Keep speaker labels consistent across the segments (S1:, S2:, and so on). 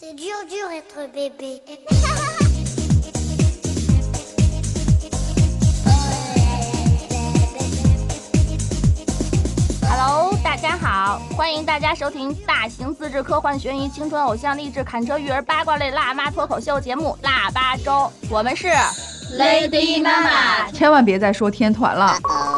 S1: C'est dur dur être bébé.
S2: Hello， 大家好，欢迎大家收听大型自制科幻悬疑青春偶像励志砍车育儿八卦类辣妈脱口秀节目《腊八粥》，我们是
S3: Lady 妈妈，
S4: 千万别再说天团了。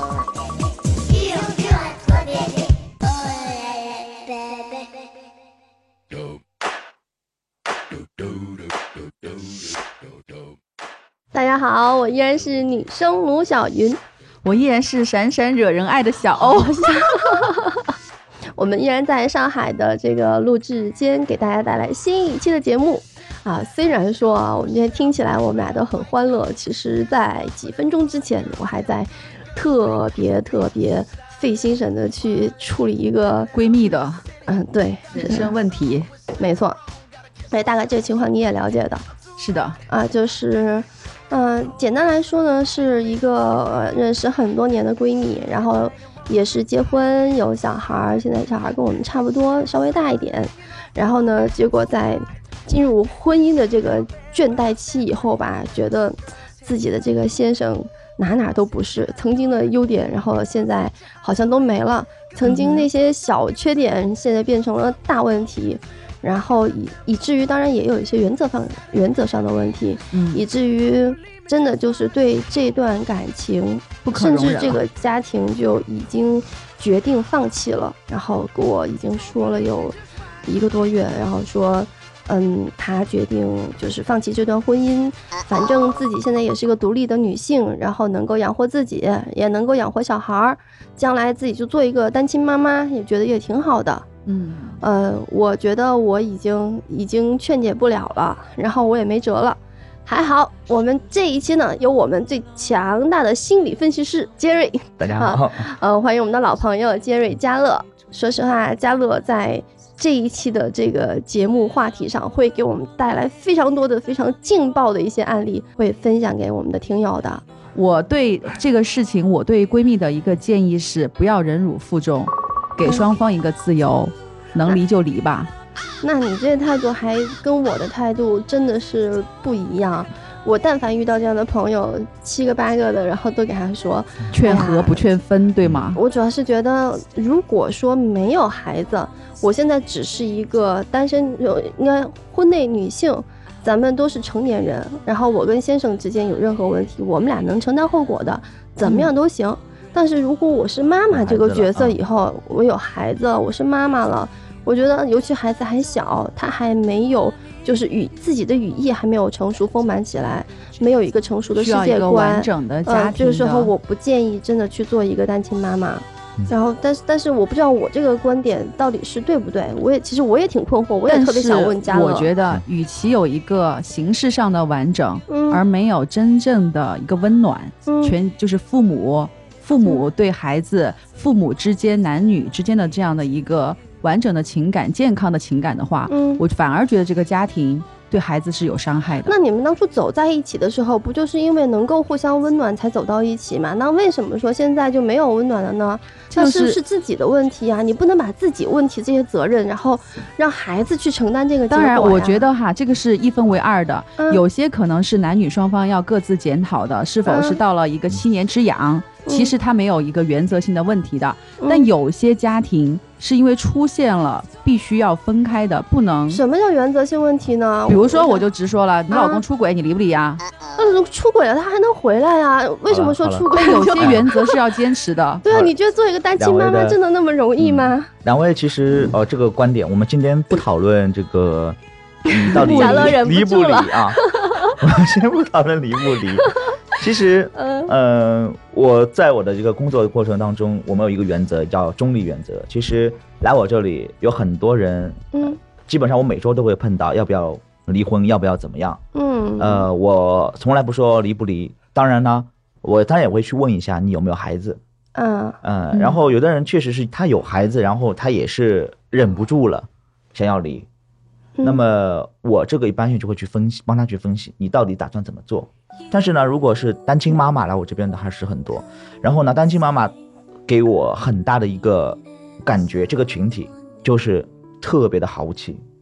S3: 大家好，我依然是女生卢小云，
S4: 我依然是闪闪惹人爱的小欧。
S3: 我们依然在上海的这个录制间给大家带来新一期的节目啊。虽然说我们今天听起来我们俩都很欢乐，其实在几分钟之前我还在特别费心神的去处理一个
S4: 闺蜜的
S3: 对
S4: 人生问题。
S3: 没错，所以大概这个情况你也了解的。
S4: 是的
S3: 啊，就是简单来说呢，是一个认识很多年的闺蜜，然后也是结婚有小孩，现在小孩跟我们差不多，稍微大一点。然后呢，结果在进入婚姻的这个倦怠期以后吧，觉得自己的这个先生哪都不是，曾经的优点，然后现在好像都没了，曾经那些小缺点现在变成了大问题。然后以至于当然也有一些原则上的问题，以至于真的就是对这段感情
S4: 不可容忍了，
S3: 甚至这个家庭就已经决定放弃了。然后给我已经说了有1个多月，然后说她决定就是放弃这段婚姻，反正自己现在也是个独立的女性，然后能够养活自己，也能够养活小孩，将来自己就做一个单亲妈妈，也觉得也挺好的。我觉得我已经劝解不了了，然后我也没辙了。还好我们这一期呢有我们最强大的心理分析师杰瑞。
S5: 大家好。
S3: 欢迎我们的老朋友杰瑞嘉乐。说实话，嘉乐在这一期的这个节目话题上会给我们带来非常多的非常劲爆的一些案例，会分享给我们的听友的。
S4: 我对这个事情，我对闺蜜的一个建议是不要忍辱负重，给双方一个自由，能离就离吧。
S3: 那你这态度还跟我的态度真的是不一样。我但凡遇到这样的朋友，7个8个的，然后都给他说
S4: 劝和不劝分，对吗？
S3: 我主要是觉得，如果说没有孩子，我现在只是一个单身，应该婚内女性，咱们都是成年人，然后我跟先生之间有任何问题，我们俩能承担后果的，怎么样都行。但是如果我是妈妈这个角色以后，我有孩子，我是妈妈了，我觉得尤其孩子还小，他还没有就是自己的语义还没有成熟丰满起来，没有一个成熟的世界观，
S4: 需要一个完整的家庭
S3: 这个时候我不建议真的去做一个单亲妈妈。然后但是我不知道我这个观点到底是对不对，其实我也挺困惑，我也特別想问嘉乐。
S4: 我觉得与其有一个形式上的完整，而没有真正的一个温暖，就是父母对孩子，父母之间男女之间的这样的一个完整的情感，健康的情感的话，我反而觉得这个家庭对孩子是有伤害的。
S3: 那你们当初走在一起的时候，不就是因为能够互相温暖才走到一起吗？那为什么说现在就没有温暖了呢？那是自己的问题啊，你不能把自己问题这些责任，然后让孩子去承担这个结果呀。
S4: 当然我觉得这个是一分为二的，有些可能是男女双方要各自检讨的，是否是到了一个7年之痒，其实他没有一个原则性的问题的。但有些家庭是因为出现了必须要分开的，不能。
S3: 什么叫原则性问题呢？
S4: 比如说我就直说了，你老公出轨，你离不离啊？
S3: 出轨了他还能回来啊？为什么说出轨？
S4: 有些原则是要坚持的。
S3: 对啊，你觉得做一个单亲妈妈真的那么容易吗？
S5: 两位其实这个观点，我们今天不讨论这个到底离不离啊，我们先不讨论离不离。其实我在我的这个工作的过程当中，我们有一个原则叫中立原则。其实来我这里有很多人，基本上我每周都会碰到要不要离婚，要不要怎么样。我从来不说离不离，当然呢，我当然也会去问一下你有没有孩子。然后有的人确实是他有孩子，然后他也是忍不住了想要离。那么我这个一般性就会去分析，帮他去分析你到底打算怎么做。但是呢，如果是单亲妈妈来我这边的还是很多，然后呢，单亲妈妈给我很大的一个感觉，这个群体就是特别的豪气，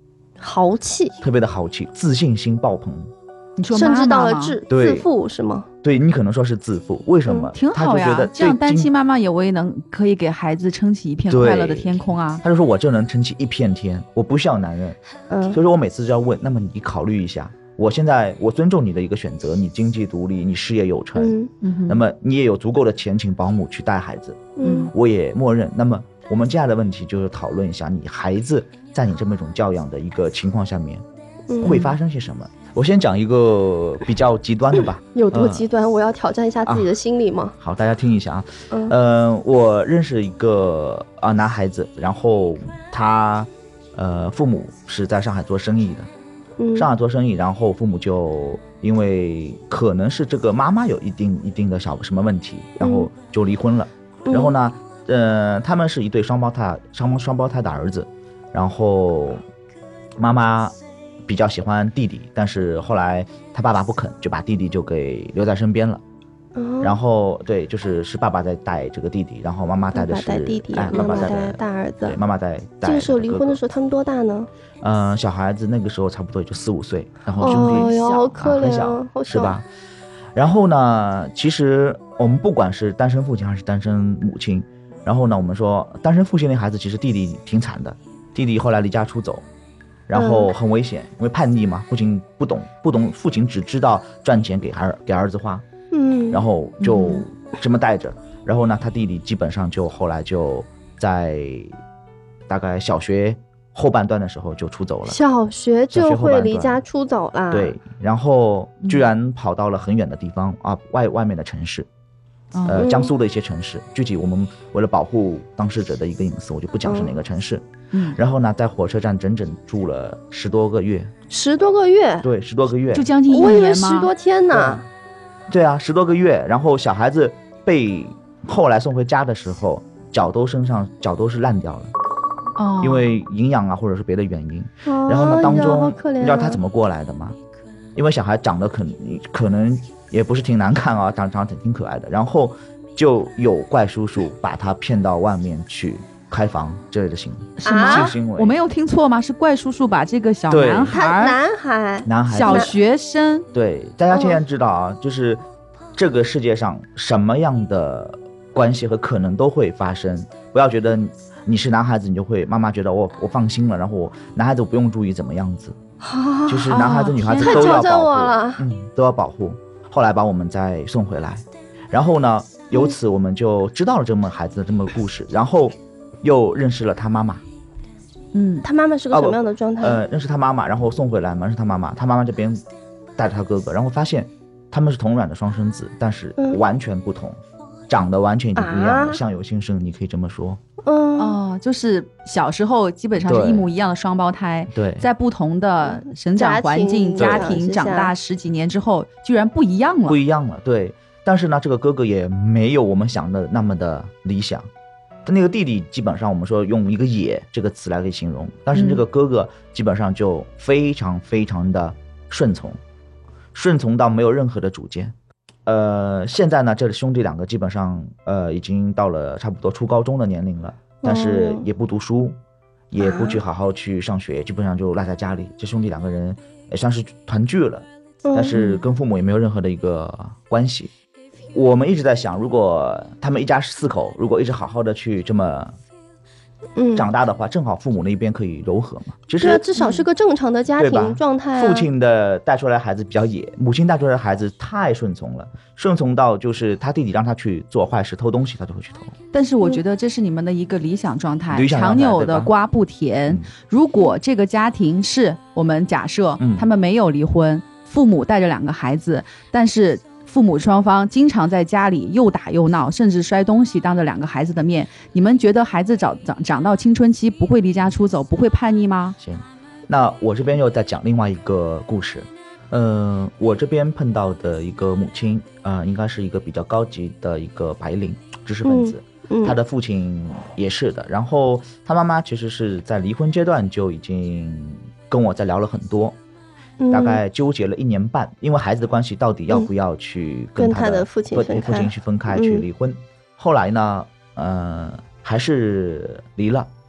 S3: 豪气，
S5: 特别的豪气，自信心爆棚。
S4: 你说
S3: 甚至到了
S5: 自
S3: 负是吗？
S5: 对，你可能说是自负，为什么？
S4: 挺好呀，这样单亲妈妈也可以给孩子撑起一片快乐的天空啊。
S5: 他就说我就能撑起一片天，我不需要男人。所以说我每次就要问，那么你考虑一下，我尊重你的一个选择，你经济独立，你事业有成，那么你也有足够的钱请保姆去带孩子，我也默认。那么我们接下来的问题就是讨论一下，你孩子在你这么一种教养的一个情况下面，会发生些什么？我先讲一个比较极端的吧。
S3: 有多极端？我要挑战一下自己的心理吗？
S5: 好，大家听一下啊。我认识一个男孩子，然后他父母是在上海做生意的，上海做生意，然后父母就因为可能是这个妈妈有一定的什么问题，然后就离婚了。然后呢，他们是一对双胞胎的儿子，然后妈妈比较喜欢弟弟，但是后来他爸爸不肯，就把弟弟就给留在身边了。然后对，就是爸爸在带这个弟弟，然后妈妈带的是
S3: 弟弟，妈妈带大儿子。
S5: 对，妈妈带
S3: 这个时候离婚的时候他们多大呢？
S5: 小孩子那个时候差不多也就4、5岁，然后兄弟小，
S3: 好可怜，
S5: 很小，是吧？然后呢，其实我们不管是单身父亲还是单身母亲，然后呢，我们说单身父亲的孩子其实弟弟挺惨的，弟弟后来离家出走。然后很危险，因为叛逆嘛，父亲不懂，父亲只知道赚钱给儿子花，然后就这么带着。然后呢，他弟弟基本上就后来就在大概小学后半段的时候就出走了，
S3: 小学就会离家出走啦。
S5: 对，然后居然跑到了很远的地方啊，外面的城市。江苏的一些城市，具体我们为了保护当事者的一个隐私，我就不讲是哪个城市。然后呢，在火车站整整住了10多个月。
S3: 10多个月？
S5: 对，10多个月，
S4: 就将近1年吗？
S3: 我以为10多天呢。
S5: 对啊，10多个月。然后小孩子被后来送回家的时候，脚都是烂掉了。因为营养啊，或者是别的原因。然后呢，当中你知道他怎么过来的吗？因为小孩长得可能也不是挺难看啊，长得挺可爱的，然后就有怪叔叔把他骗到外面去开房之类的行为。
S4: 我没有听错吗？是怪叔叔把这个小男孩小学生。
S5: 对，大家现在知道啊，就是这个世界上什么样的关系和可能都会发生，不要觉得你是男孩子，你就会妈妈觉得我放心了，然后男孩子不用注意怎么样子。就是男孩子女孩子都要保护，都要保护。后来把我们再送回来，然后呢，由此我们就知道了这么孩子的这么个故事，然后又认识了他妈妈。
S3: 他妈妈是个什么样的状态？
S5: 认识他妈妈，然后送回来嘛，认识他妈妈，他妈妈这边带着他哥哥，然后发现他们是同卵的双生子，但是完全不同，长得完全已经不一样了，相由心生，你可以这么说。
S4: 就是小时候基本上是一模一样的双胞胎，
S5: 对，
S4: 在不同的成长环境、家庭长大10几年之后，居然不一样了。
S5: 对。但是呢，这个哥哥也没有我们想的那么的理想。他那个弟弟基本上我们说用一个野这个词来给形容，但是这个哥哥基本上就非常非常的顺从到没有任何的主见。现在呢，这兄弟2个基本上已经到了差不多初高中的年龄了，但是也不读书，也不去好好去上学，基本上就赖在家里。这兄弟2个人也算是团聚了，但是跟父母也没有任何的一个关系。我们一直在想，如果他们一家4口如果一直好好的去这么长大的话，正好父母那边可以柔和嘛。其实
S3: 至少是个正常的家庭状态。
S5: 父亲的带出来的孩子比较野，母亲带出来的孩子太顺从了，顺从到就是他弟弟让他去做坏事偷东西他就会去偷。
S4: 但是我觉得这是你们的一个理想状态，强扭的瓜不甜。如果这个家庭是我们假设他们没有离婚，父母带着2个孩子，但是父母双方经常在家里又打又闹，甚至摔东西，当着2个孩子的面，你们觉得孩子长到青春期不会离家出走，不会叛逆吗？
S5: 行，那我这边又再讲另外一个故事。我这边碰到的一个母亲，应该是一个比较高级的一个白领知识分子，他的父亲也是的，然后他妈妈其实是在离婚阶段就已经跟我在聊了很多。大概纠结了1年半，因为孩子的关系到底要不要去跟他的父亲去分开去离婚。后来呢，还是离了。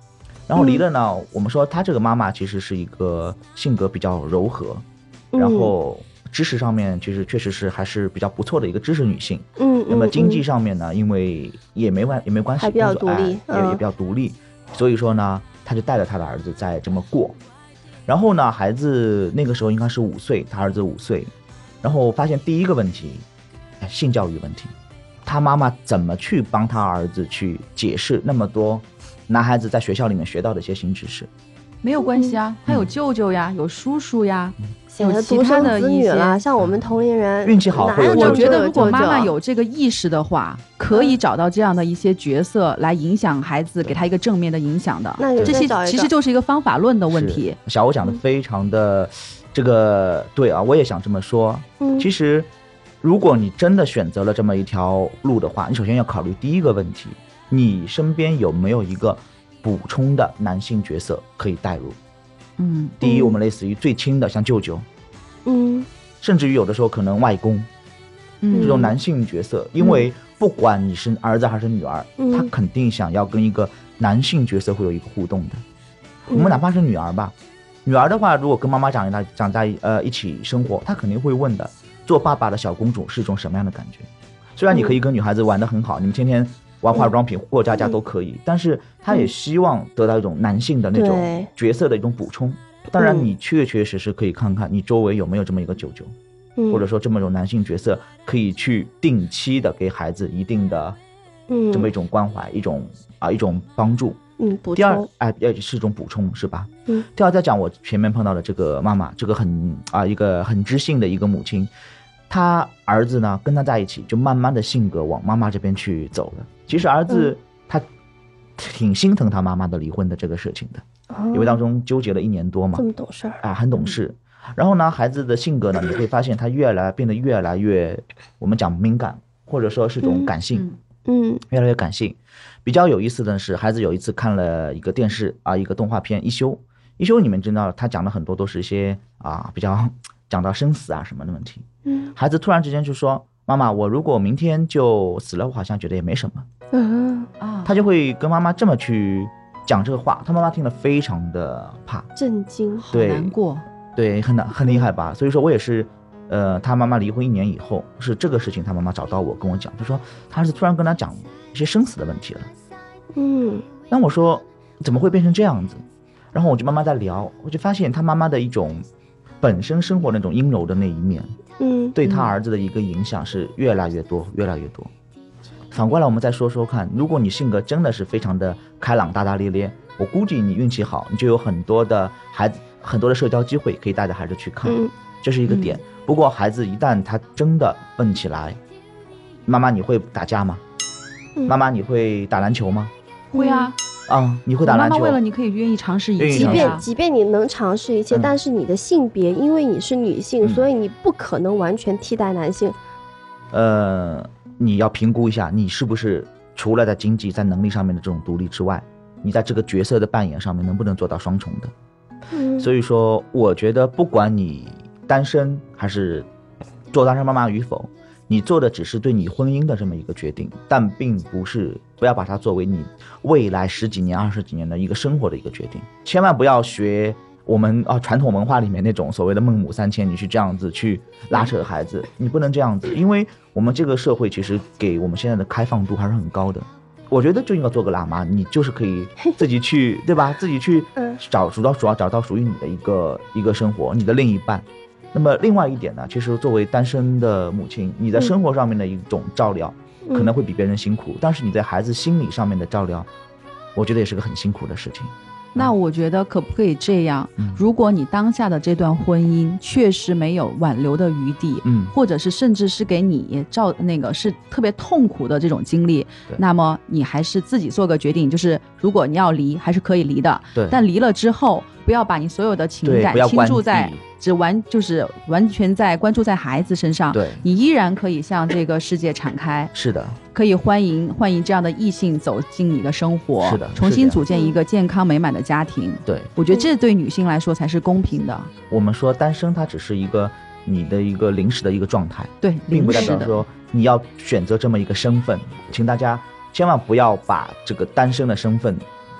S5: 然后离了呢，我们说她这个妈妈其实是一个性格比较柔和，然后知识上面其实确实是还是比较不错的一个知识女性。那么经济上面呢，因为也没关系，
S3: 还比较独立，
S5: 也比较独立，所以说呢，她就带着她的儿子在这么过。然后呢，孩子那个时候应该是5岁，他儿子5岁，然后发现第一个问题，性教育问题，他妈妈怎么去帮他儿子去解释那么多男孩子在学校里面学到的一些新知识？
S4: 没有关系啊，他有舅舅呀，有叔叔呀，
S3: 有其他的子女了。像我们同龄人
S5: 运气好会有，
S4: 我觉得如果妈妈有这个意识的话，可以找到这样的一些角色来影响孩子，给他一个正面的影响的。这些其实就是一个方法论的问题。
S5: 小欧讲的非常的这个对啊，我也想这么说。其实如果你真的选择了这么一条路的话，你首先要考虑第一个问题，你身边有没有一个补充的男性角色可以带入？第一，我们类似于最亲的，像舅舅，甚至于有的时候可能外公，这种男性角色，因为不管你是儿子还是女儿，他肯定想要跟一个男性角色会有一个互动的。我们哪怕是女儿吧，女儿的话，如果跟妈妈长在一起生活，她肯定会问的，做爸爸的小公主是一种什么样的感觉？虽然你可以跟女孩子玩得很好，你们天天玩化妆品过家家都可以，但是他也希望得到一种男性的那种角色的一种补充。当然你确实可以看看你周围有没有这么一个舅舅，或者说这么一种男性角色，可以去定期的给孩子一定的这么一种关怀，一种帮助。
S3: 补充。
S5: 第二，是一种补充，是吧？第二，再讲我前面碰到的这个妈妈，这个一个很知性的一个母亲，她儿子呢跟她在一起，就慢慢的性格往妈妈这边去走了。其实儿子他挺心疼他妈妈的离婚的这个事情的，因为当中纠结了1年多嘛，
S3: 这么懂事
S5: 很懂事。然后呢，孩子的性格呢，你会发现他变得越来越，我们讲敏感，或者说是种感性，越来越感性。比较有意思的是，孩子有一次看了一个电视一个动画片《一休》，你们知道他讲了很多都是一些比较讲到生死什么的问题。孩子突然之间就说，妈妈，我如果明天就死了，我好像觉得也没什么。他就会跟妈妈这么去讲这个话，他妈妈听了非常的怕，
S3: 震惊，
S4: 好难过，
S5: 对，很厉害吧。所以说我也是，他妈妈离婚1年以后，是这个事情，他妈妈找到我跟我讲，就说他儿子突然跟他讲一些生死的问题了。那我说怎么会变成这样子？然后我就慢慢在聊，我就发现他妈妈的一种本身生活那种阴柔的那一面，对他儿子的一个影响是越来越多，越来越多。反过来我们再说说看，如果你性格真的是非常的开朗大大咧咧，我估计你运气好，你就有很多的社交机会可以带着孩子去看，这是一个点。不过孩子一旦他真的问起来，妈妈你会打架吗？妈妈你会打篮球吗？
S4: 会啊。
S5: 你会打篮球？
S4: 妈妈为了你可以愿意尝试一切，
S3: 即便你能尝试一切，但是你的性别，因为你是女性，所以你不可能完全替代男性。
S5: 你要评估一下，你是不是除了在经济、在能力上面的这种独立之外，你在这个角色的扮演上面能不能做到双重的？所以说，我觉得不管你单身还是做单身妈妈与否，你做的只是对你婚姻的这么一个决定，但并不要把它作为你未来10几年、20几年的一个生活的一个决定。千万不要学我们传统文化里面那种所谓的孟母三迁，你去这样子去拉扯孩子，你不能这样子，因为我们这个社会其实给我们现在的开放度还是很高的。我觉得就应该做个辣妈，你就是可以自己去对吧？自己去找到属于你的一个生活，你的另一半。那么另外一点呢，其实作为单身的母亲，你在生活上面的一种照料可能会比别人辛苦，但是你在孩子心理上面的照料，我觉得也是个很辛苦的事情。
S4: 那我觉得可不可以这样，如果你当下的这段婚姻确实没有挽留的余地，或者是甚至是给你是特别痛苦的这种经历，那么你还是自己做个决定，就是如果你要离还是可以离的，但离了之后不要把你所有的情感倾注在完全在关注在孩子身上，你依然可以向这个世界敞开，
S5: 是的，
S4: 可以欢迎这样的异性走进你的生活，
S5: 是的，
S4: 重新组建一个健康美满的家庭。
S5: 对，
S4: 我觉得这对女性来说才是公平的。
S5: 我们说单身它只是一个你的一个临时的一个状态，
S4: 对，
S5: 并不代表说你要选择这么一个身份，请大家千万不要把这个单身的身份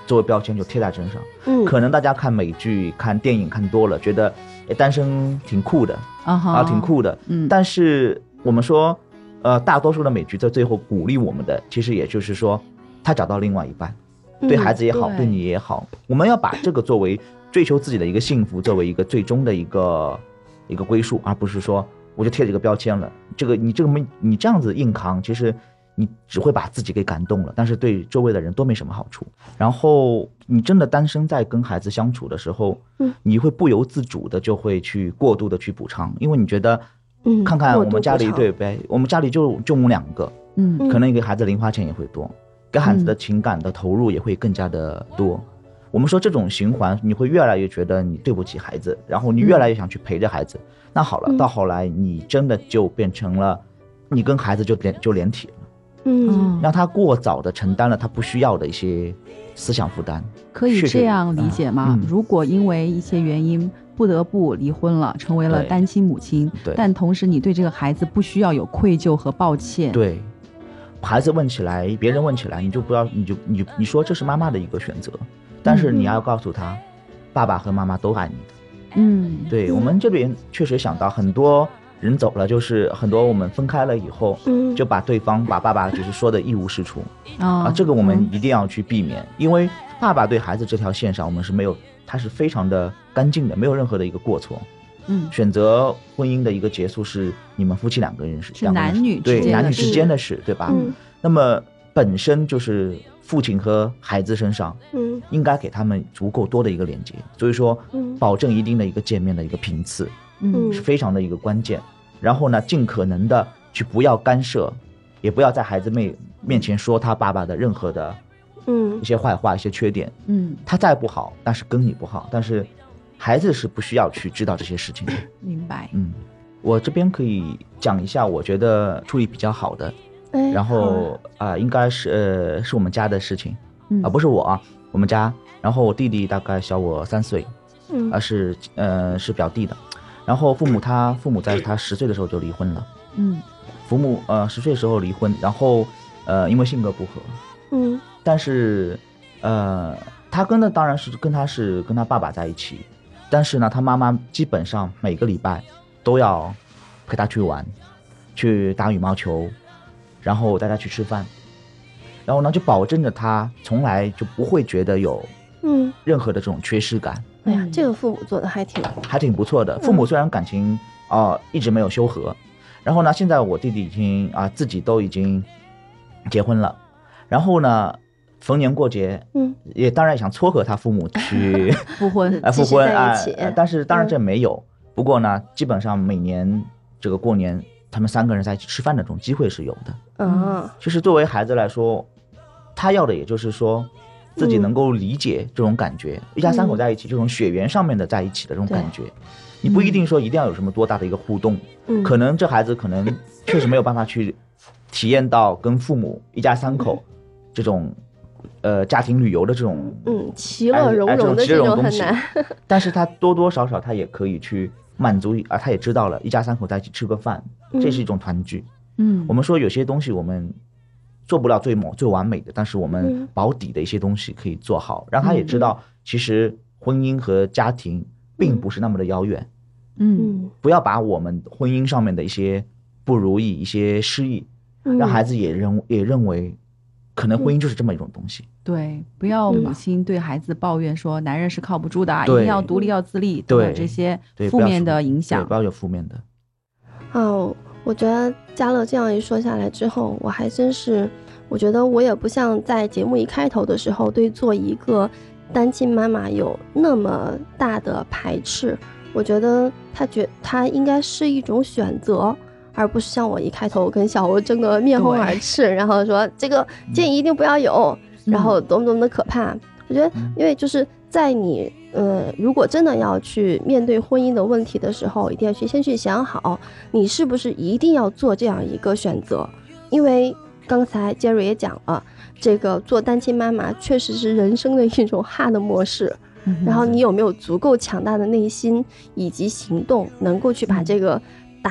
S5: 作为标签就贴在身上。可能大家看美剧看电影看多了，觉得单身挺酷的挺酷的。但是我们说大多数的美剧在最后鼓励我们的，其实也就是说他找到另外一半，对孩子也好，对你也好，我们要把这个作为追求自己的一个幸福，作为一个最终的一个归宿，而不是说我就贴这个标签了。你这样子硬扛，其实你只会把自己给感动了，但是对周围的人都没什么好处。然后你真的单身在跟孩子相处的时候，你会不由自主的就会去过度的去补偿，因为你觉得看看我们家里对不对，我们家里就我们2个，可能给孩子零花钱也会多，给孩子的情感的投入也会更加的多。我们说这种循环，你会越来越觉得你对不起孩子，然后你越来越想去陪着孩子。那好了，到后来你真的就变成了你跟孩子就连体了，让他过早的承担了他不需要的一些思想负担。
S4: 可以这样理解吗？如果因为一些原因不得不离婚了，成为了单亲母亲，但同时你对这个孩子不需要有愧疚和抱歉。
S5: 对，孩子问起来，别人问起来，你就不要，你说这是妈妈的一个选择，但是你要告诉他，爸爸和妈妈都爱你的。对，我们这边确实想到很多人走了，就是很多我们分开了以后，就把爸爸就是说的一无是处这个我们一定要去避免，因为爸爸对孩子这条线上我们是没有，他是非常的干净的，没有任何的一个过错。选择婚姻的一个结束是你们夫妻2个人是
S4: 男女
S5: 之间的事，对吧？那么本身就是父亲和孩子身上应该给他们足够多的一个连接，所以说保证一定的一个见面的一个频次是非常的一个关键。然后呢，尽可能的去不要干涉，也不要在孩子面前说他爸爸的任何的一些坏话一些缺点。他再不好，但是跟你不好，但是孩子是不需要去知道这些事情的。
S4: 明白。
S5: 我这边可以讲一下我觉得处理比较好的，然后应该是我们家的事情不是我们家。然后我弟弟大概小我3岁，是表弟的。然后父母在他10岁的时候就离婚了。父母10岁的时候离婚，然后因为性格不合。但是他当然是跟他爸爸在一起，但是呢他妈妈基本上每个礼拜都要陪他去玩，去打羽毛球，然后带他去吃饭，然后呢就保证着他从来就不会觉得有任何的这种缺失感。
S3: 哎呀，这个父母做的还挺不
S5: 错的。父母虽然感情一直没有修和，然后呢现在我弟弟已经自己都已经结婚了，然后呢逢年过节也当然想撮合他父母去
S4: 复婚
S5: 但是当然这没有。不过呢基本上每年这个过年他们3个人在一起吃饭的这种机会是有的。其实作为孩子来说，他要的也就是说自己能够理解这种感觉，一家3口在一起这种血缘上面的在一起的这种感觉。你不一定说一定要有什么多大的一个互动，可能这孩子可能确实没有办法去体验到跟父母一家3口这种家庭旅游的这种
S3: 其乐融融的这种很难，
S5: 但是他多多少少他也可以去满足他也知道了一家3口在一起吃个饭，这是一种团聚。我们说有些东西我们做不了最完美的，但是我们保底的一些东西可以做好，让他也知道其实婚姻和家庭并不是那么的遥远。不要把我们婚姻上面的一些不如意一些失意让孩子也认为可能婚姻就是这么一种东西。
S4: 对，不要母亲对孩子抱怨说男人是靠不住的一定要独立要自立，对这些负面的影响，
S5: 不要有负面的。
S3: 我觉得嘉乐这样一说下来之后，我还真是我觉得我也不像在节目一开头的时候对做一个单亲妈妈有那么大的排斥。我觉得他应该是一种选择，而不是像我一开头跟小欧争得面红耳赤，然后说这个建议一定不要有，然后多么多么的可怕。我觉得因为就是在你如果真的要去面对婚姻的问题的时候，一定要先去想好你是不是一定要做这样一个选择。因为刚才杰瑞也讲了，这个做单亲妈妈确实是人生的一种 hard 模式，然后你有没有足够强大的内心以及行动能够去把这个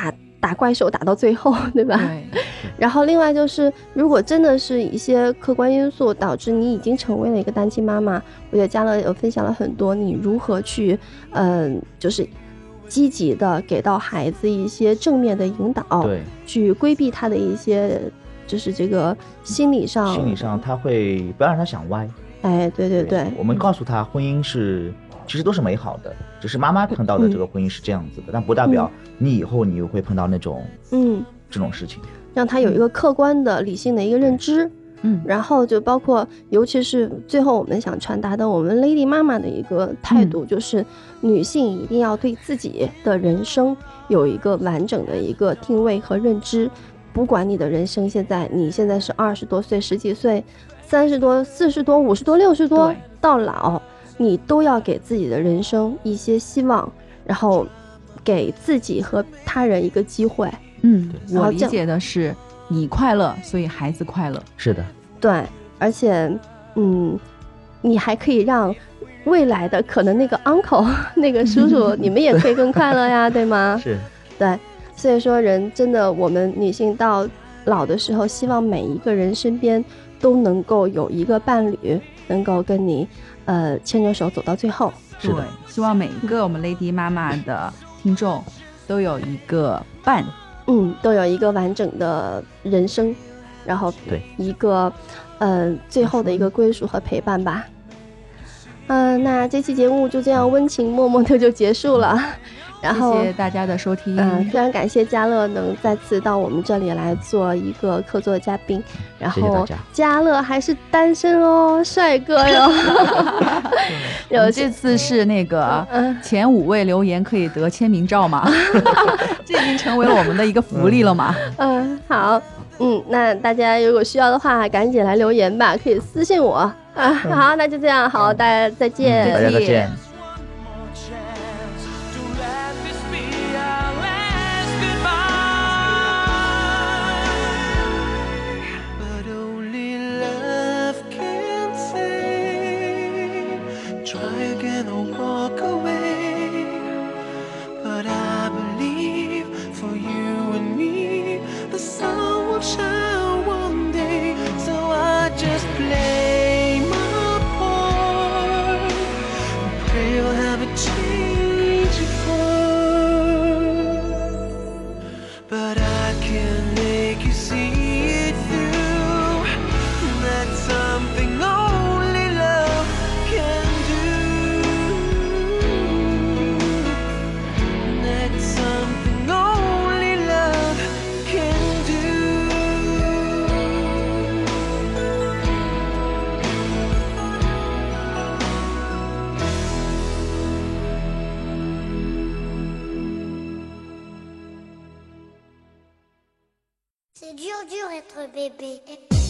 S3: 打怪手打到最后，对吧？
S4: 对。
S3: 然后另外就是，如果真的是一些客观因素导致你已经成为了一个单亲妈妈，我觉得嘉乐有分享了很多你如何去，就是积极的给到孩子一些正面的引导，
S5: 对，
S3: 去规避他的一些就是这个心理上
S5: 他会不要让他想歪。
S3: 哎，对对对，
S5: 我们告诉他婚姻其实都是美好的，只是妈妈碰到的这个婚姻是这样子的，但不代表你以后你又会碰到那种这种事情，
S3: 让他有一个客观的理性的一个认知。然后就包括尤其是最后我们想传达的我们 Lady 妈妈的一个态度，就是女性一定要对自己的人生有一个完整的一个定位和认知，不管你的人生你现在是20多岁、10几岁、30多、40多、50多、60多到老，你都要给自己的人生一些希望，然后给自己和他人一个机会。
S4: 我理解的是你快乐，所以孩子快乐。
S5: 是的，
S3: 对，而且你还可以让未来的可能那个 uncle 那个叔叔你们也可以更快乐呀，对吗？
S5: 是，
S3: 对，所以说人真的，我们女性到老的时候，希望每一个人身边都能够有一个伴侣，能够跟你牵着手走到最后。
S5: 是的，
S4: 希望每一个我们 Lady 妈妈的听众都有一个伴，
S3: 都有一个完整的人生，然后一个最后的一个归属和陪伴吧。那这期节目就这样温情脉脉的就结束了。然后
S4: 谢谢大家的收听，
S3: 非常感谢嘉乐能再次到我们这里来做一个客座嘉宾，然后嘉乐还是单身哦，帅哥哟。
S4: 这次是那个前5位留言可以得签名照嘛？这已经成为了我们的一个福利了嘛？
S3: 好，那大家如果需要的话，赶紧来留言吧，可以私信我啊。好，那就这样，好，大家再见，
S5: 大家再见。
S1: C'est dur être bébé.